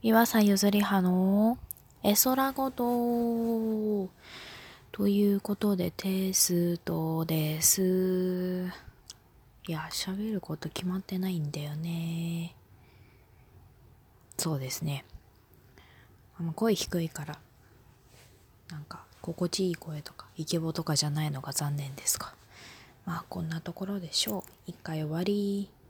岩佐ゆずりはの絵空事ということでテストです。いや、喋ること決まってないんだよね。そうですね。声低いから、なんか心地いい声とかイケボとかじゃないのが残念ですが。まあこんなところでしょう。一回終わり。